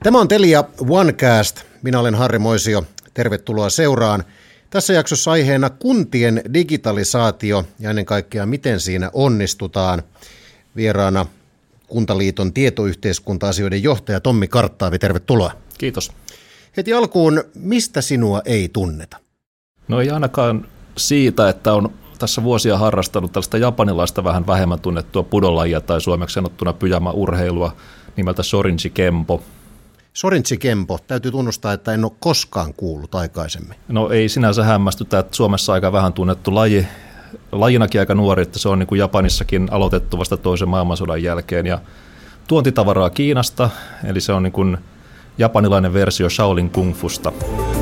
Tämä on Telia OneCast. Minä olen Harri Moisio. Tervetuloa seuraan. Tässä jaksossa aiheena kuntien digitalisaatio ja ennen kaikkea miten siinä onnistutaan. Vieraana Kuntaliiton tietoyhteiskunta-asioiden johtaja Tommi Karttaavi. Tervetuloa. Kiitos. Heti alkuun, mistä sinua ei tunneta? No ei ainakaan siitä, että on tässä vuosia harrastanut tällaista japanilaista vähän vähemmän tunnettua pudolajia tai suomeksi sanottuna pyjama-urheilua nimeltä Shorinji Kempo. Shorinji Kempo, täytyy tunnustaa, että en ole koskaan kuullut aikaisemmin. No ei sinänsä hämmästytä, että Suomessa aika vähän tunnettu laji, lajinakin aika nuori, että se on niin kuin Japanissakin aloitettu vasta toisen maailmansodan jälkeen ja tuontitavaraa Kiinasta, eli se on niin kuin japanilainen versio Shaolin kungfusta.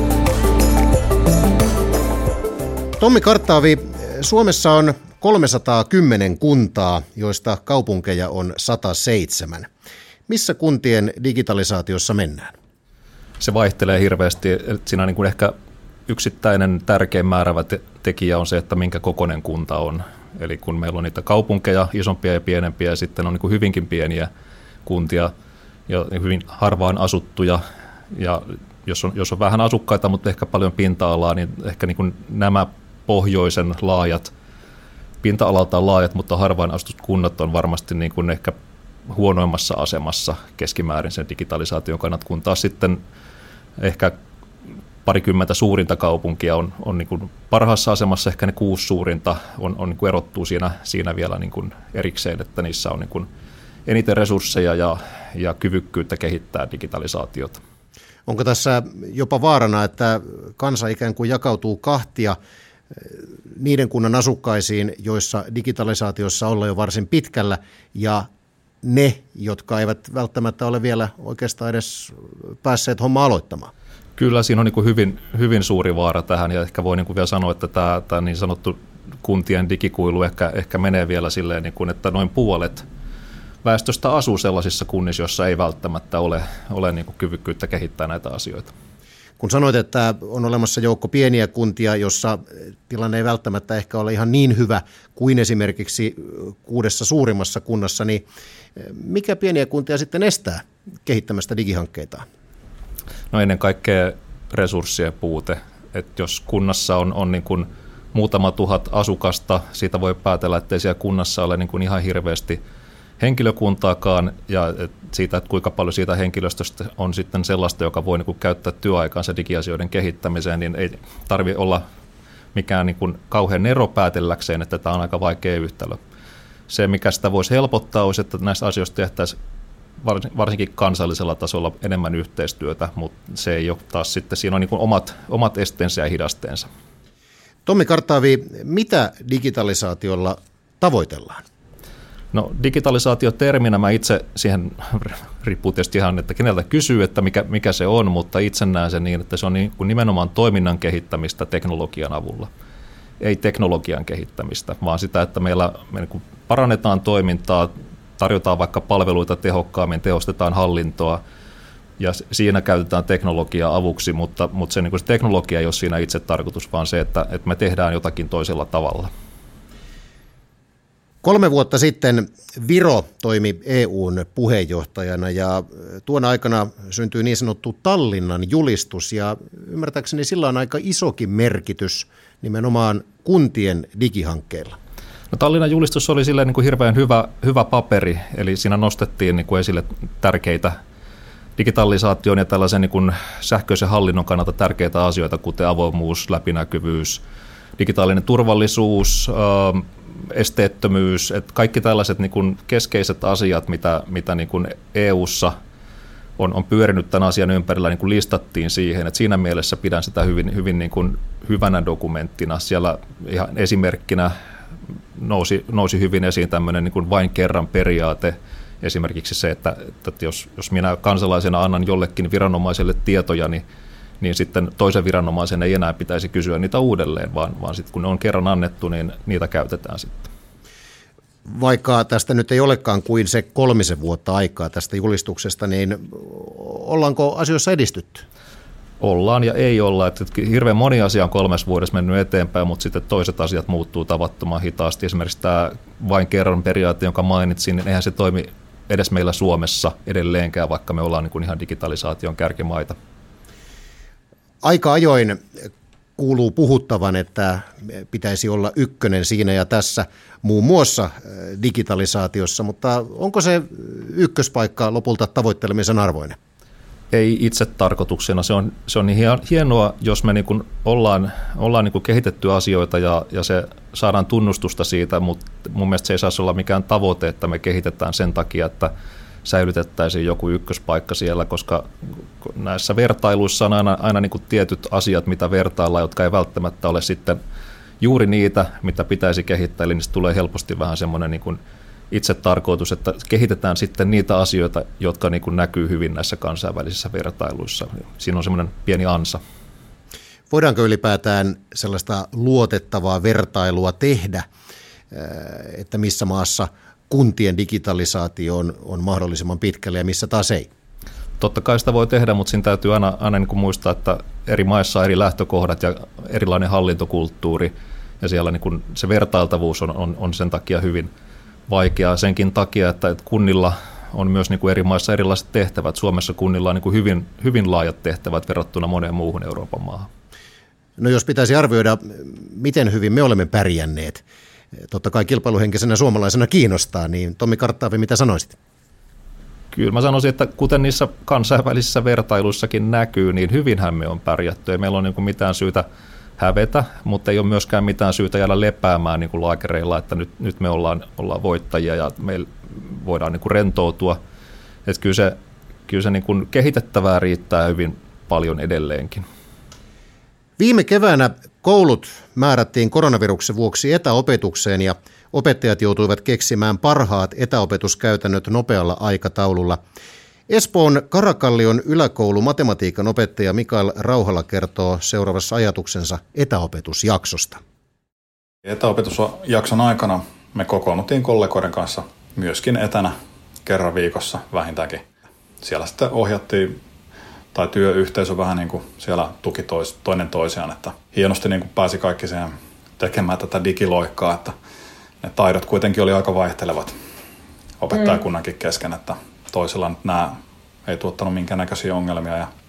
Tommi Karttaavi, Suomessa on 310 kuntaa, joista kaupunkeja on 107. Missä kuntien digitalisaatiossa mennään? Se vaihtelee hirveästi. Siinä niin kuin ehkä yksittäinen tärkein määräävä tekijä on se, että minkä kokoinen kunta on. Eli kun meillä on niitä kaupunkeja, isompia ja pienempiä, ja sitten on niin kuin hyvinkin pieniä kuntia ja hyvin harvaan asuttuja. Ja jos on vähän asukkaita, mutta ehkä paljon pinta-alaa, niin ehkä niin kuin nämä pohjoisen laajat, pinta-alaltaan laajat, mutta harvaan asutut kunnat on varmasti niin kuin ehkä huonoimmassa asemassa keskimäärin sen digitalisaation kannalta, kun taas sitten ehkä parikymmentä suurinta kaupunkia on niin kuin parhaassa asemassa, ehkä ne 6 suurinta on niin kuin erottuu siinä vielä niin kuin erikseen, että niissä on niin kuin eniten resursseja ja kyvykkyyttä kehittää digitalisaatiota. Onko tässä jopa vaarana, että kansa ikään kuin jakautuu kahtia niiden kunnan asukkaisiin, joissa digitalisaatiossa ollaan jo varsin pitkällä, ja ne, jotka eivät välttämättä ole vielä oikeastaan edes päässeet hommaa aloittamaan? Kyllä siinä on niin kuin hyvin suuri vaara tähän, ja ehkä voi niin kuin vielä sanoa, että tämä niin sanottu kuntien digikuilu ehkä menee vielä silleen, niin kuin, että noin puolet väestöstä asuu sellaisissa kunnissa, joissa ei välttämättä ole niin kuin kyvykkyyttä kehittää näitä asioita. Kun sanoit, että on olemassa joukko pieniä kuntia, jossa tilanne ei välttämättä ehkä ole ihan niin hyvä kuin esimerkiksi 6 suurimmassa kunnassa, niin mikä pieniä kuntia sitten estää kehittämästä digihankkeitaan? No ennen kaikkea resurssien puute. Että jos kunnassa on niin kuin muutama tuhat asukasta, siitä voi päätellä, että ei siellä kunnassa ole niin kuin ihan hirveästi henkilökuntaakaan, ja siitä, että kuinka paljon siitä henkilöstöstä on sitten sellaista, joka voi niin kuin käyttää työaikaansa digiasioiden kehittämiseen, niin ei tarvitse olla mikään niin kuin kauhean ero päätelläkseen, että tämä on aika vaikea yhtälö. Se, mikä sitä voisi helpottaa, olisi, että näistä asioista tehtäisiin varsinkin kansallisella tasolla enemmän yhteistyötä, mutta se ei ole taas sitten, siinä on niin kuin omat esteensä ja hidasteensa. Tommi Karttaavi, mitä digitalisaatiolla tavoitellaan? No digitalisaatioterminä mä itse siihen, riippuu tietysti ihan, että keneltä kysyy, että mikä se on, mutta itse näen sen niin, että se on niin kuin nimenomaan toiminnan kehittämistä teknologian avulla. Ei teknologian kehittämistä, vaan sitä, että me niin kuin parannetaan toimintaa, tarjotaan vaikka palveluita tehokkaammin, tehostetaan hallintoa ja siinä käytetään teknologiaa avuksi, mutta se, niin kuin se teknologia ei ole siinä itse tarkoitus, vaan se, että me tehdään jotakin toisella tavalla. 3 vuotta sitten Viro toimi EU:n puheenjohtajana ja tuona aikana syntyi niin sanottu Tallinnan julistus ja ymmärtääkseni sillä on aika isokin merkitys nimenomaan kuntien digihankkeilla. No, Tallinnan julistus oli silleen niin kuin hirveän hyvä paperi, eli siinä nostettiin niin kuin esille tärkeitä digitalisaation ja tällaisen niin kuin sähköisen hallinnon kannalta tärkeitä asioita, kuten avoimuus, läpinäkyvyys, digitaalinen turvallisuus, esteettömyys, että kaikki tällaiset niin kuin keskeiset asiat, mitä niin kuin EU:ssa on pyörinyt tämän asian ympärillä, niin kuin listattiin siihen, että siinä mielessä pidän sitä hyvin niin kuin hyvänä dokumenttina. Siellä ihan esimerkkinä nousi hyvin esiin tämmöinen niin kuin vain kerran periaate, esimerkiksi se, että jos minä kansalaisena annan jollekin viranomaiselle tietoja, niin sitten toisen viranomaisen ei enää pitäisi kysyä niitä uudelleen, vaan sitten kun ne on kerran annettu, niin niitä käytetään sitten. Vaikka tästä nyt ei olekaan kuin se 3 vuotta aikaa tästä julistuksesta, niin ollaanko asioissa edistytty? Ollaan ja ei olla. Että hirveän moni asia on 3 vuodessa mennyt eteenpäin, mutta sitten toiset asiat muuttuu tavattoman hitaasti. Esimerkiksi tämä vain kerran periaate, jonka mainitsin, niin eihän se toimi edes meillä Suomessa edelleenkään, vaikka me ollaan niin kuin ihan digitalisaation kärkimaita. Aika ajoin kuuluu puhuttavan, että pitäisi olla ykkönen siinä ja tässä muun muassa digitalisaatiossa, mutta onko se ykköspaikka lopulta tavoittelemisen arvoinen? Ei itse tarkoituksena. Se on niin hienoa, jos me niin kuin ollaan niin kuin kehitetty asioita ja se saadaan tunnustusta siitä, mutta mun mielestä se ei saisi olla mikään tavoite, että me kehitetään sen takia, että säilytettäisiin joku ykköspaikka siellä, koska näissä vertailuissa on aina niin kuin tietyt asiat, mitä vertaillaan, jotka ei välttämättä ole sitten juuri niitä, mitä pitäisi kehittää, eli niistä tulee helposti vähän semmoinen niin kuin itse tarkoitus, että kehitetään sitten niitä asioita, jotka niin kuin näkyy hyvin näissä kansainvälisissä vertailuissa. Siinä on semmoinen pieni ansa. Voidaanko ylipäätään sellaista luotettavaa vertailua tehdä, että missä maassa kuntien digitalisaatio on mahdollisimman pitkälle ja missä taas ei? Totta kai sitä voi tehdä, mutta siinä täytyy aina niin kuin muistaa, että eri maissa on eri lähtökohdat ja erilainen hallintokulttuuri, ja siellä niin kuin se vertailtavuus on sen takia hyvin vaikeaa senkin takia, että kunnilla on myös niin kuin eri maissa erilaiset tehtävät. Suomessa kunnilla on niin kuin hyvin laajat tehtävät verrattuna moneen muuhun Euroopan maahan. No jos pitäisi arvioida, miten hyvin me olemme pärjänneet, totta kai kilpailuhenkisenä suomalaisena kiinnostaa, niin Tommi Karttaavi, mitä sanoisit? Kyllä mä sanoisin, että kuten niissä kansainvälisissä vertailuissakin näkyy, niin hyvinhän me on pärjätty. Ei meillä ole niin kuin mitään syytä hävetä, mutta ei ole myöskään mitään syytä jäädä lepäämään niin kuin laakereilla, että nyt me ollaan voittajia ja me voidaan niin kuin rentoutua. Että kyllä se niin kuin kehitettävää riittää hyvin paljon edelleenkin. Viime keväänä koulut määrättiin koronaviruksen vuoksi etäopetukseen ja opettajat joutuivat keksimään parhaat etäopetuskäytännöt nopealla aikataululla. Espoon Karakallion yläkoulu matematiikan opettaja Mikael Rauhala kertoo seuraavassa ajatuksensa etäopetusjaksosta. Etäopetusjakson aikana me kokoonnuttiin kollegoiden kanssa myöskin etänä kerran viikossa vähintäänkin. Siellä sitten ohjattiin tai työyhteisö vähän niin kuin siellä tuki toinen toisiaan, että hienosti niin kuin pääsi kaikki siihen tekemään tätä digiloikkaa, että ne taidot kuitenkin oli aika vaihtelevat opettajakunnankin kesken, että toisilla nyt nämä ei tuottanut minkäännäköisiä ongelmia ja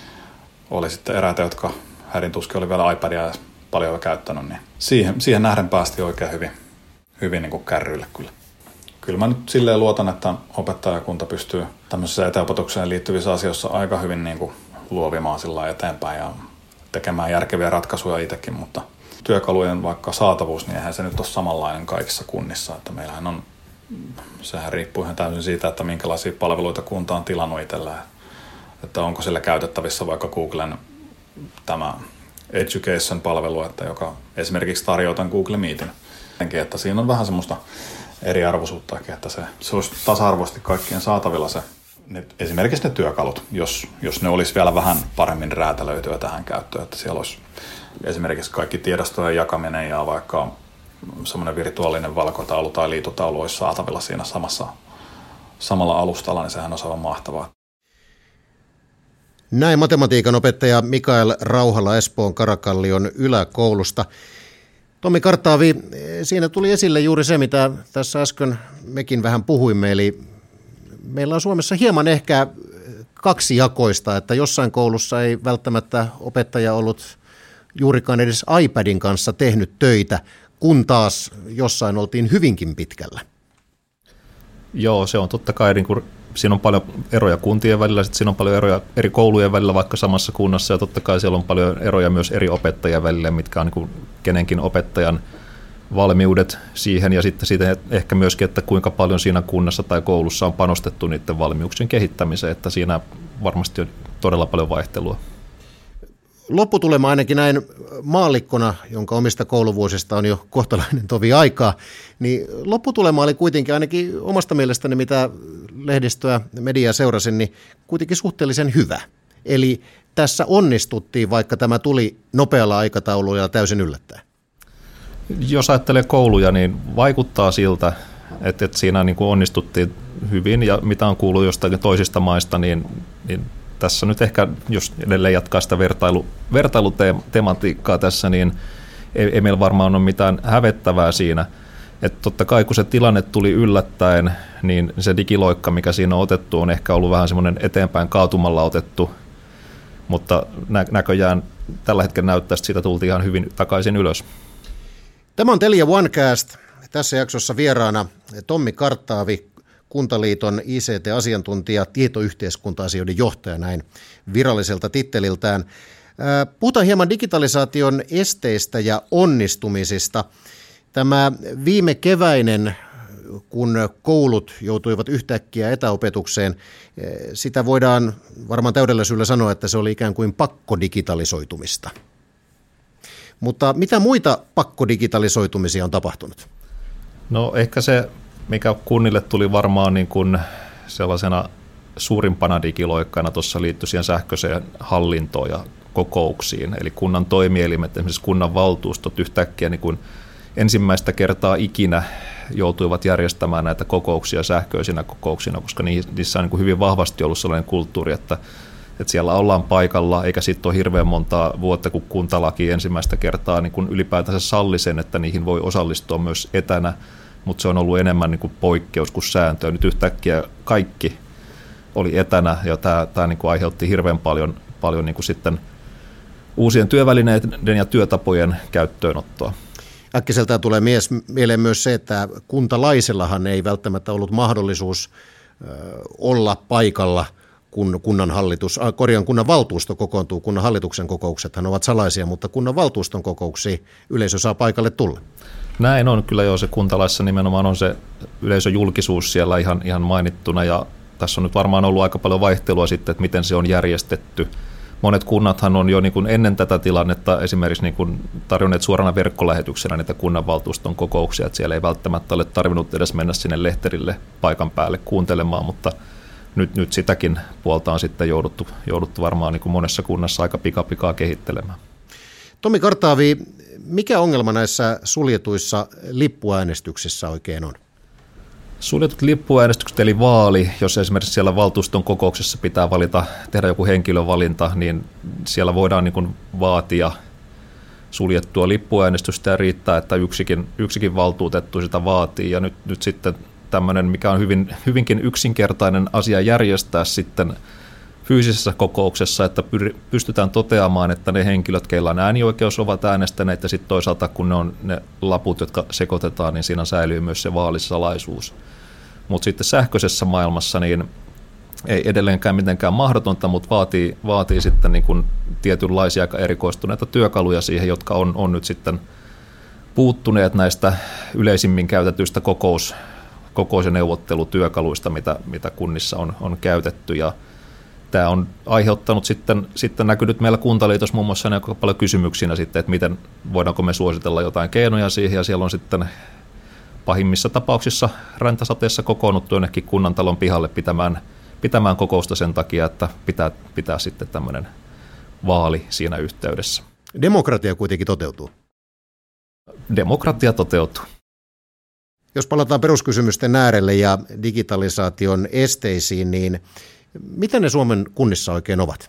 oli sitten eräitä, jotka hädintuskin oli vielä iPadia ja paljon jo käyttänyt, niin siihen nähden päästiin oikein hyvin niin kuin kärryille kyllä. Kyllä mä nyt silleen luotan, että opettajakunta pystyy tämmöisessä etäopetukseen liittyvissä asioissa aika hyvin niin kuin luovimaan sillä eteenpäin ja tekemään järkeviä ratkaisuja itsekin, mutta työkalujen vaikka saatavuus, niin eihän se nyt ole samanlainen kaikissa kunnissa, että meillähän on, sehän riippuu ihan täysin siitä, että minkälaisia palveluita kunta on tilannut itselleen, että onko sillä käytettävissä vaikka Googlen tämä Education-palvelu, että joka esimerkiksi tarjoaa tämän Google Meetin, että siinä on vähän semmoista eriarvoisuuttakin, että se olisi tasa-arvoisesti kaikkien saatavilla esimerkiksi ne työkalut, jos ne olisi vielä vähän paremmin räätälöityä tähän käyttöön, että siellä olisi esimerkiksi kaikki tiedostojen jakaminen ja vaikka semmoinen virtuaalinen valkotaulu tai liitotaulu olisi saatavilla siinä samalla alustalla, niin sehän olisi aivan mahtavaa. Näin matematiikan opettaja Mikael Rauhala Espoon Karakallion yläkoulusta. Tommi Karttaavi, siinä tuli esille juuri se, mitä tässä äsken mekin vähän puhuimme, eli meillä on Suomessa hieman ehkä kaksijakoista, että jossain koulussa ei välttämättä opettaja ollut juurikaan edes iPadin kanssa tehnyt töitä, kun taas jossain oltiin hyvinkin pitkällä. Joo, se on totta kai, niin kuin, siinä on paljon eroja kuntien välillä, sitten siinä on paljon eroja eri koulujen välillä vaikka samassa kunnassa, ja totta kai siellä on paljon eroja myös eri opettajien välillä, mitkä on niin kuin kenenkin opettajan valmiudet siihen, ja sitten siitä ehkä myöskin, että kuinka paljon siinä kunnassa tai koulussa on panostettu niiden valmiuksien kehittämiseen, että siinä varmasti on todella paljon vaihtelua. Lopputulema ainakin näin maallikkona, jonka omista kouluvuosista on jo kohtalainen tovi aikaa, niin lopputulema oli kuitenkin ainakin omasta mielestäni, mitä lehdistöä, mediaa seurasin, niin kuitenkin suhteellisen hyvä. Eli tässä onnistuttiin, vaikka tämä tuli nopealla aikataululla ja täysin yllättäen. Jos ajattelee kouluja, niin vaikuttaa siltä, että siinä niin kuin onnistuttiin hyvin, ja mitä on kuullut jostain toisista maista, niin tässä nyt ehkä, jos edelleen jatkaa sitä vertailutematiikkaa tässä, niin ei meillä varmaan ole mitään hävettävää siinä. Että totta kai kun se tilanne tuli yllättäen, niin se digiloikka, mikä siinä on otettu, on ehkä ollut vähän semmoinen eteenpäin kaatumalla otettu, mutta näköjään tällä hetkellä näyttää, että siitä tultiin ihan hyvin takaisin ylös. Tämä on Telia OneCast. Tässä jaksossa vieraana Tommi Karttaavi, Kuntaliiton ICT-asiantuntija, tietoyhteiskunta-asioiden johtaja näin viralliselta titteliltään. Puhutaan hieman digitalisaation esteistä ja onnistumisista. Tämä viime keväinen, kun koulut joutuivat yhtäkkiä etäopetukseen, sitä voidaan varmaan täydellisyydellä sanoa, että se oli ikään kuin pakkodigitalisoitumista. Mutta mitä muita pakkodigitalisoitumisia on tapahtunut? No ehkä se, mikä kunnille tuli varmaan niin kuin sellaisena suurimpana digiloikkana tuossa liittyi siihen sähköiseen hallintoon ja kokouksiin. Eli kunnan toimielimet, esimerkiksi kunnan valtuustot yhtäkkiä niin kuin ensimmäistä kertaa ikinä joutuivat järjestämään näitä kokouksia sähköisinä kokouksina, koska niissä on niin kuin hyvin vahvasti ollut sellainen kulttuuri, että siellä ollaan paikalla, eikä sitten ole hirveän montaa vuotta, kun kuntalaki ensimmäistä kertaa niin kuin ylipäätänsä salli sen, että niihin voi osallistua myös etänä, mutta se on ollut enemmän niin kuin poikkeus kuin sääntö. Nyt yhtäkkiä kaikki oli etänä, ja tämä niin kuin aiheutti hirveän paljon niin kuin sitten uusien työvälineiden ja työtapojen käyttöönottoa. Äkkiseltään tulee mieleen myös se, että kuntalaisellahan ei välttämättä ollut mahdollisuus olla paikalla, kun kunnan valtuusto kokoontuu. Kunnan hallituksen kokouksethan ovat salaisia, mutta kunnan valtuuston kokouksiin yleisö saa paikalle tulla. Näin on kyllä jo, se kuntalaissa nimenomaan on se yleisöjulkisuus siellä ihan mainittuna, ja tässä on nyt varmaan ollut aika paljon vaihtelua sitten, että miten se on järjestetty. Monet kunnathan on jo niin kuin ennen tätä tilannetta esimerkiksi niin kuin tarjonneet suorana verkkolähetyksenä niitä kunnanvaltuuston kokouksia, että siellä ei välttämättä ole tarvinnut edes mennä sinne lehterille paikan päälle kuuntelemaan, mutta nyt sitäkin puolta on sitten jouduttu varmaan niin kuin monessa kunnassa aika pikapikaa kehittelemään. Tommi Karttaavi, mikä ongelma näissä suljetuissa lippuäänestyksissä oikein on? Suljetut lippuäänestykset eli vaali, jos esimerkiksi siellä valtuuston kokouksessa pitää tehdä joku henkilövalinta, niin siellä voidaan niin kuin vaatia suljettua lippuäänestystä ja riittää, että yksikin valtuutettu sitä vaatii. Ja nyt sitten tämmöinen, mikä on hyvinkin yksinkertainen asia järjestää sitten fyysisessä kokouksessa, että pystytään toteamaan, että ne henkilöt, keillä on äänioikeus, ovat äänestäneet, ja sitten toisaalta kun ne on ne laput, jotka sekoitetaan, niin siinä säilyy myös se vaalisalaisuus. Mutta sitten sähköisessä maailmassa niin ei edelleenkään mitenkään mahdotonta, mutta vaatii sitten niin kuin tietynlaisia aika erikoistuneita työkaluja siihen, jotka on nyt sitten puuttuneet näistä yleisimmin käytetyistä kokous- ja neuvottelutyökaluista, mitä kunnissa on käytetty, ja tämä on aiheuttanut sitten näkynyt meillä Kuntaliitossa muun muassa aika paljon kysymyksinä sitten, että voidaanko me suositella jotain keinoja siihen, ja siellä on sitten pahimmissa tapauksissa räntäsateessa kokoonnuttu jonnekin kunnantalon pihalle pitämään kokousta sen takia, että pitää sitten tämmöinen vaali siinä yhteydessä. Demokratia kuitenkin toteutuu. Demokratia toteutuu. Jos palataan peruskysymysten äärelle ja digitalisaation esteisiin, niin mitä ne Suomen kunnissa oikein ovat?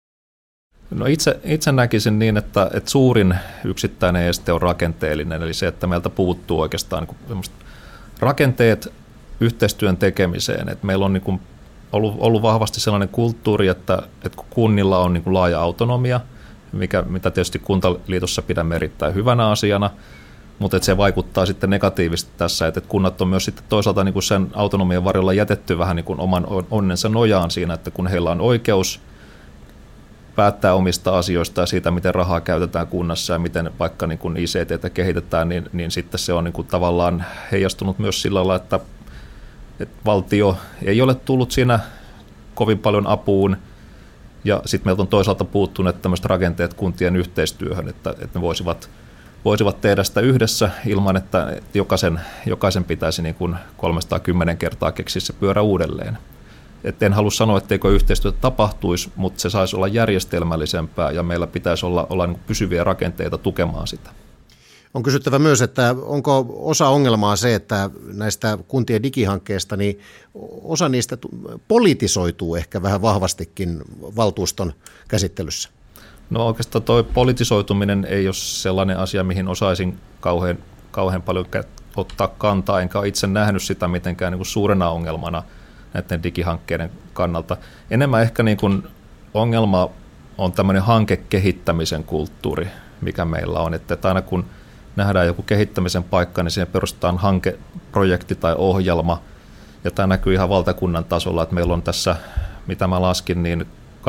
No itse näkisin niin, että suurin yksittäinen este on rakenteellinen, eli se, että meiltä puuttuu oikeastaan niin rakenteet yhteistyön tekemiseen. Et meillä on niin kuin ollut vahvasti sellainen kulttuuri, että kun kunnilla on niin kuin laaja autonomia, mitä tietysti Kuntaliitossa pidämme erittäin hyvänä asiana, mutta se vaikuttaa sitten negatiivisesti tässä, että kunnat on myös sitten toisaalta niin kuin sen autonomian varjolla jätetty vähän niin kuin oman onnensa nojaan siinä, että kun heillä on oikeus päättää omista asioista ja siitä, miten rahaa käytetään kunnassa ja miten vaikka niin kuin ICT:tä kehitetään, niin sitten se on niin kuin tavallaan heijastunut myös sillä lailla, että valtio ei ole tullut siinä kovin paljon apuun, ja sitten meiltä on toisaalta puuttuneet tämmöiset rakenteet kuntien yhteistyöhön, että ne voisivat tehdä sitä yhdessä ilman, että jokaisen pitäisi niin kuin 310 kertaa keksiä se pyörä uudelleen. Et en halua sanoa, etteikö yhteistyötä tapahtuisi, mutta se saisi olla järjestelmällisempää ja meillä pitäisi olla niin kuin pysyviä rakenteita tukemaan sitä. On kysyttävä myös, että onko osa ongelmaa se, että näistä kuntien digihankkeista, niin osa niistä politisoituu ehkä vähän vahvastikin valtuuston käsittelyssä? No oikeastaan tuo politisoituminen ei ole sellainen asia, mihin osaisin kauhean paljon ottaa kantaa, enkä ole itse nähnyt sitä mitenkään niin kuin suurena ongelmana näiden digihankkeiden kannalta. Enemmän ehkä niin kuin ongelma on tämmöinen hankekehittämisen kulttuuri, mikä meillä on, että aina kun nähdään joku kehittämisen paikka, niin siihen perustetaan hankeprojekti tai ohjelma, ja tämä näkyy ihan valtakunnan tasolla, että meillä on tässä, mitä mä laskin, niin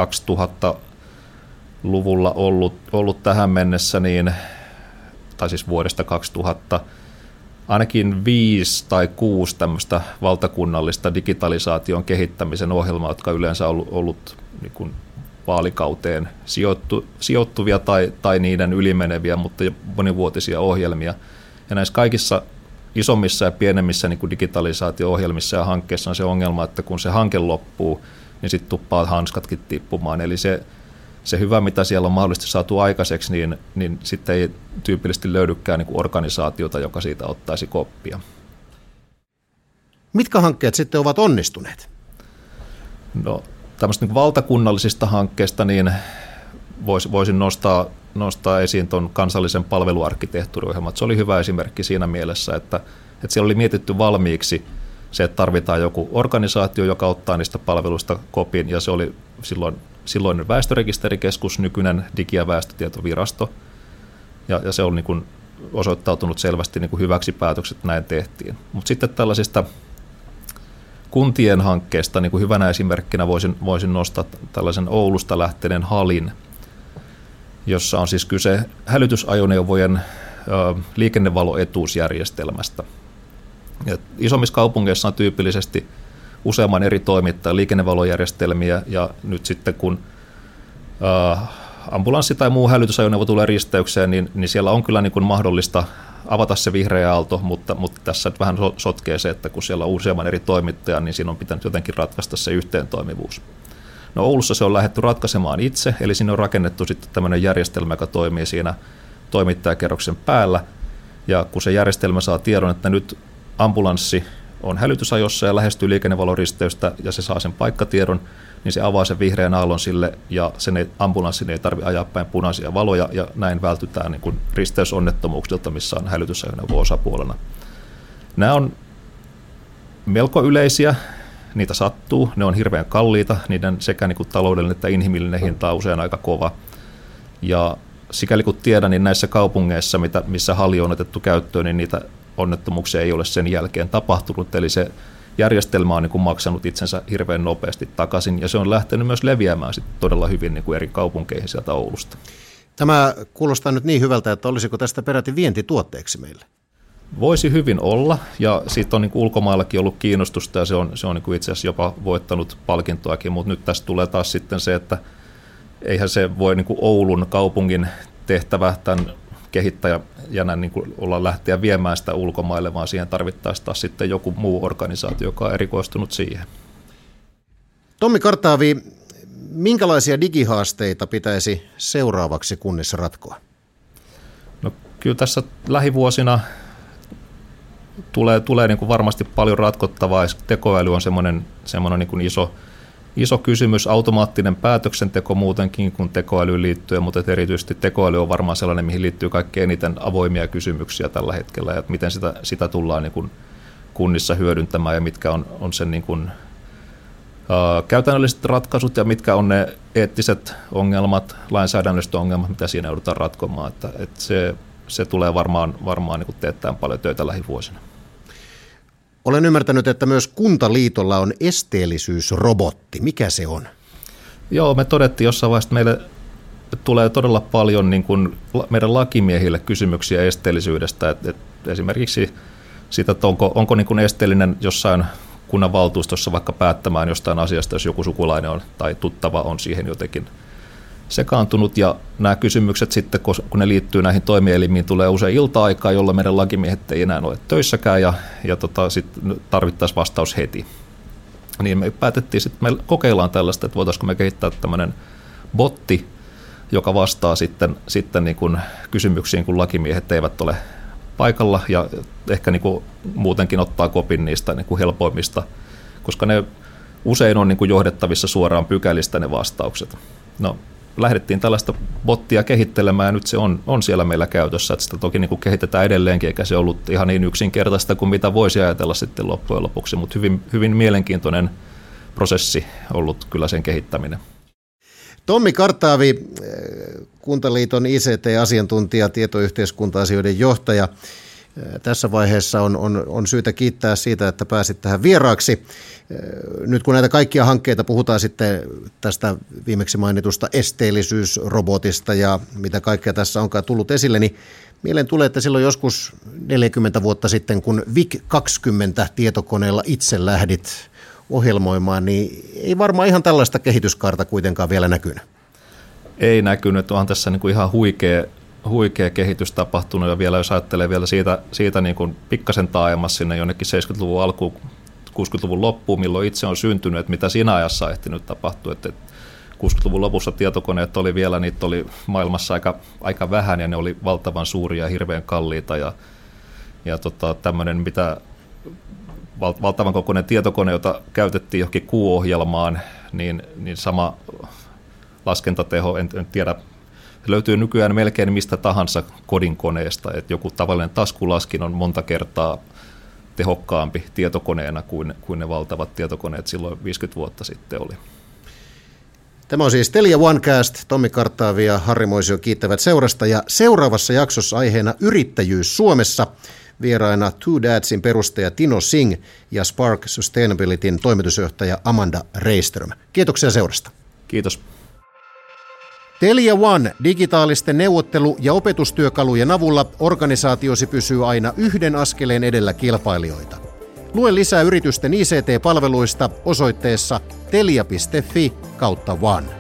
2000-luvulla ollut tähän mennessä, niin, tai siis vuodesta 2000, ainakin 5 tai 6 tämmöistä valtakunnallista digitalisaation kehittämisen ohjelmaa, jotka yleensä on ollut niin kuin vaalikauteen sijoittuvia tai niiden ylimeneviä, mutta monivuotisia ohjelmia. Ja näissä kaikissa isommissa ja pienemmissä niin kuin digitalisaatio-ohjelmissa ja hankkeissa on se ongelma, että kun se hanke loppuu, niin sitten tuppaa hanskatkin tippumaan. Eli se hyvä, mitä siellä on mahdollisesti saatu aikaiseksi, niin sitten ei tyypillisesti löydykään niin kuin organisaatiota, joka siitä ottaisi koppia. Mitkä hankkeet sitten ovat onnistuneet? No, tämmöistä niin valtakunnallisista hankkeista niin voisin nostaa esiin tuon kansallisen palveluarkkitehtuuriohjelman. Se oli hyvä esimerkki siinä mielessä, että siellä oli mietitty valmiiksi se, että tarvitaan joku organisaatio, joka ottaa niistä palveluista kopin, ja se oli silloinen väestörekisterikeskus, nykyinen Digi- ja väestötietovirasto, ja se on niin kuin osoittautunut selvästi niin kuin hyväksi päätökset, että näin tehtiin. Mutta sitten tällaisista kuntien hankkeesta niin kuin hyvänä esimerkkinä voisin nostaa tällaisen Oulusta lähteneen HALin, jossa on siis kyse hälytysajoneuvojen liikennevaloetuusjärjestelmästä. Ja isommissa kaupungeissa on tyypillisesti useamman eri toimittajan liikennevalojärjestelmiä, ja nyt sitten kun ambulanssi tai muu hälytysajoneuvo tulee risteykseen, niin siellä on kyllä niin kuin mahdollista avata se vihreä aalto, mutta tässä vähän sotkee se, että kun siellä on useamman eri toimittajan, niin siinä on pitänyt jotenkin ratkaista se yhteentoimivuus. No Oulussa se on lähdetty ratkaisemaan itse, eli sinne on rakennettu sitten tämmöinen järjestelmä, joka toimii siinä toimittajakerroksen päällä, ja kun se järjestelmä saa tiedon, että nyt ambulanssi on hälytysajossa ja lähestyy liikennevaloristeystä ja se saa sen paikkatiedon, niin se avaa sen vihreän aallon sille ja sen ambulanssin ei tarvitse ajaa päin punaisia valoja ja näin vältytään niin kuin risteysonnettomuuksilta, missä on hälytysajoneuvo osapuolena. Nämä on melko yleisiä, niitä sattuu, ne on hirveän kalliita, niiden sekä niin kuin taloudellinen että inhimillinen hinta on usein aika kova. Ja sikäli kun tiedän, niin näissä kaupungeissa, missä HALI on otettu käyttöön, niin niitä onnettomuuksia ei ole sen jälkeen tapahtunut, eli se järjestelmä on niin kuin maksanut itsensä hirveän nopeasti takaisin, ja se on lähtenyt myös leviämään sitten todella hyvin niin kuin eri kaupunkeihin sieltä Oulusta. Tämä kuulostaa nyt niin hyvältä, että olisiko tästä peräti vientituotteeksi meille? Voisi hyvin olla, ja siitä on niin kuin ulkomaillakin ollut kiinnostusta, ja se on niin kuin itse asiassa jopa voittanut palkintoakin, mutta nyt tässä tulee taas sitten se, että eihän se voi niin kuin Oulun kaupungin tehtävä tämän kehittäjänä niin kuin olla lähteä viemään sitä ulkomaille, vaan siihen tarvittaisiin taas sitten joku muu organisaatio, joka on erikoistunut siihen. Tommi Kartaavi, minkälaisia digihaasteita pitäisi seuraavaksi kunnissa ratkoa? No, kyllä tässä lähivuosina tulee niin kuin varmasti paljon ratkottavaa. Tekoäly on semmoinen niin kuin iso kysymys, automaattinen päätöksenteko muutenkin kuin tekoälyyn liittyen, mutta erityisesti tekoäly on varmaan sellainen, mihin liittyy kaikkein eniten avoimia kysymyksiä tällä hetkellä, ja miten sitä tullaan niin kuin kunnissa hyödyntämään ja mitkä on sen niin kuin, käytännölliset ratkaisut ja mitkä on ne eettiset ongelmat, lainsäädännölliset ongelmat, mitä siinä joudutaan ratkomaan. Että se tulee varmaan niin kuin teettämään paljon töitä lähivuosina. Olen ymmärtänyt, että myös Kuntaliitolla on esteellisyysrobotti. Mikä se on? Joo, me todettiin jossain vaiheessa, että meille tulee todella paljon niin kuin meidän lakimiehille kysymyksiä esteellisyydestä. Että esimerkiksi siitä, että onko niin kuin esteellinen jossain kunnanvaltuustossa vaikka päättämään jostain asiasta, jos joku sukulainen on tai tuttava on siihen jotenkin sekaantunut. Ja nämä kysymykset sitten, kun ne liittyy näihin toimielimiin, tulee usein ilta-aikaa, jolloin meidän lakimiehet ei enää ole töissäkään ja sitten tarvittaisiin vastaus heti. Niin me päätettiin, että me kokeillaan tällaista, että voitaisiinko me kehittää tämmöinen botti, joka vastaa sitten niin kuin kysymyksiin, kun lakimiehet eivät ole paikalla ja ehkä niin kuin muutenkin ottaa kopin niistä niin kuin helpoimmista, koska ne usein on niin kuin johdettavissa suoraan pykälistä ne vastaukset. No, lähdettiin tällaista bottia kehittelemään ja nyt se on siellä meillä käytössä. Että sitä toki niin kuin kehitetään edelleenkin, eikä se ollut ihan niin yksinkertaista kuin mitä voisi ajatella sitten loppujen lopuksi, mutta hyvin, hyvin mielenkiintoinen prosessi ollut kyllä sen kehittäminen. Tommi Kartaavi, Kuntaliiton ICT-asiantuntija, tietoyhteiskunta-asioiden johtaja. Tässä vaiheessa on syytä kiittää siitä, että pääsit tähän vieraaksi. Nyt kun näitä kaikkia hankkeita puhutaan sitten tästä viimeksi mainitusta esteellisyysrobotista ja mitä kaikkea tässä onkaan tullut esille, niin mieleen tulee, että silloin joskus 40 vuotta sitten, kun VIC-20 tietokoneella itse lähdit ohjelmoimaan, niin ei varmaan ihan tällaista kehityskaarta kuitenkaan vielä näkynyt. Ei näkynyt, onhan tässä niin kuin ihan huikea kehitys tapahtunut ja vielä jos ajattelee vielä siitä niin kuin pikkasen taajemmassa sinne jonnekin 70-luvun alkuun, 60-luvun loppuun, milloin itse on syntynyt, että mitä siinä ajassa ehtinyt tapahtua. Että 60-luvun lopussa tietokoneet oli vielä, niitä oli maailmassa aika vähän ja ne oli valtavan suuria ja hirveän kalliita ja tämmöinen mitä valtavan kokoinen tietokone, jota käytettiin johonkin Q-ohjelmaan, niin sama laskentateho, en tiedä, se löytyy nykyään melkein mistä tahansa kodinkoneesta, että joku tavallinen taskulaskin on monta kertaa tehokkaampi tietokoneena kuin ne valtavat tietokoneet silloin 50 vuotta sitten oli. Tämä on siis Telia OneCast. Tommi Kartaavi ja Harri Moisio kiittävät seurasta ja seuraavassa jaksossa aiheena yrittäjyys Suomessa. Vieraina Two Dadsin perustaja Tino Singh ja Spark Sustainabilityn toimitusjohtaja Amanda Reiström. Kiitoksia seurasta. Kiitos. Telia One digitaalisten neuvottelu- ja opetustyökalujen avulla organisaatiosi pysyy aina yhden askeleen edellä kilpailijoita. Lue lisää yritysten ICT-palveluista osoitteessa telia.fi/one.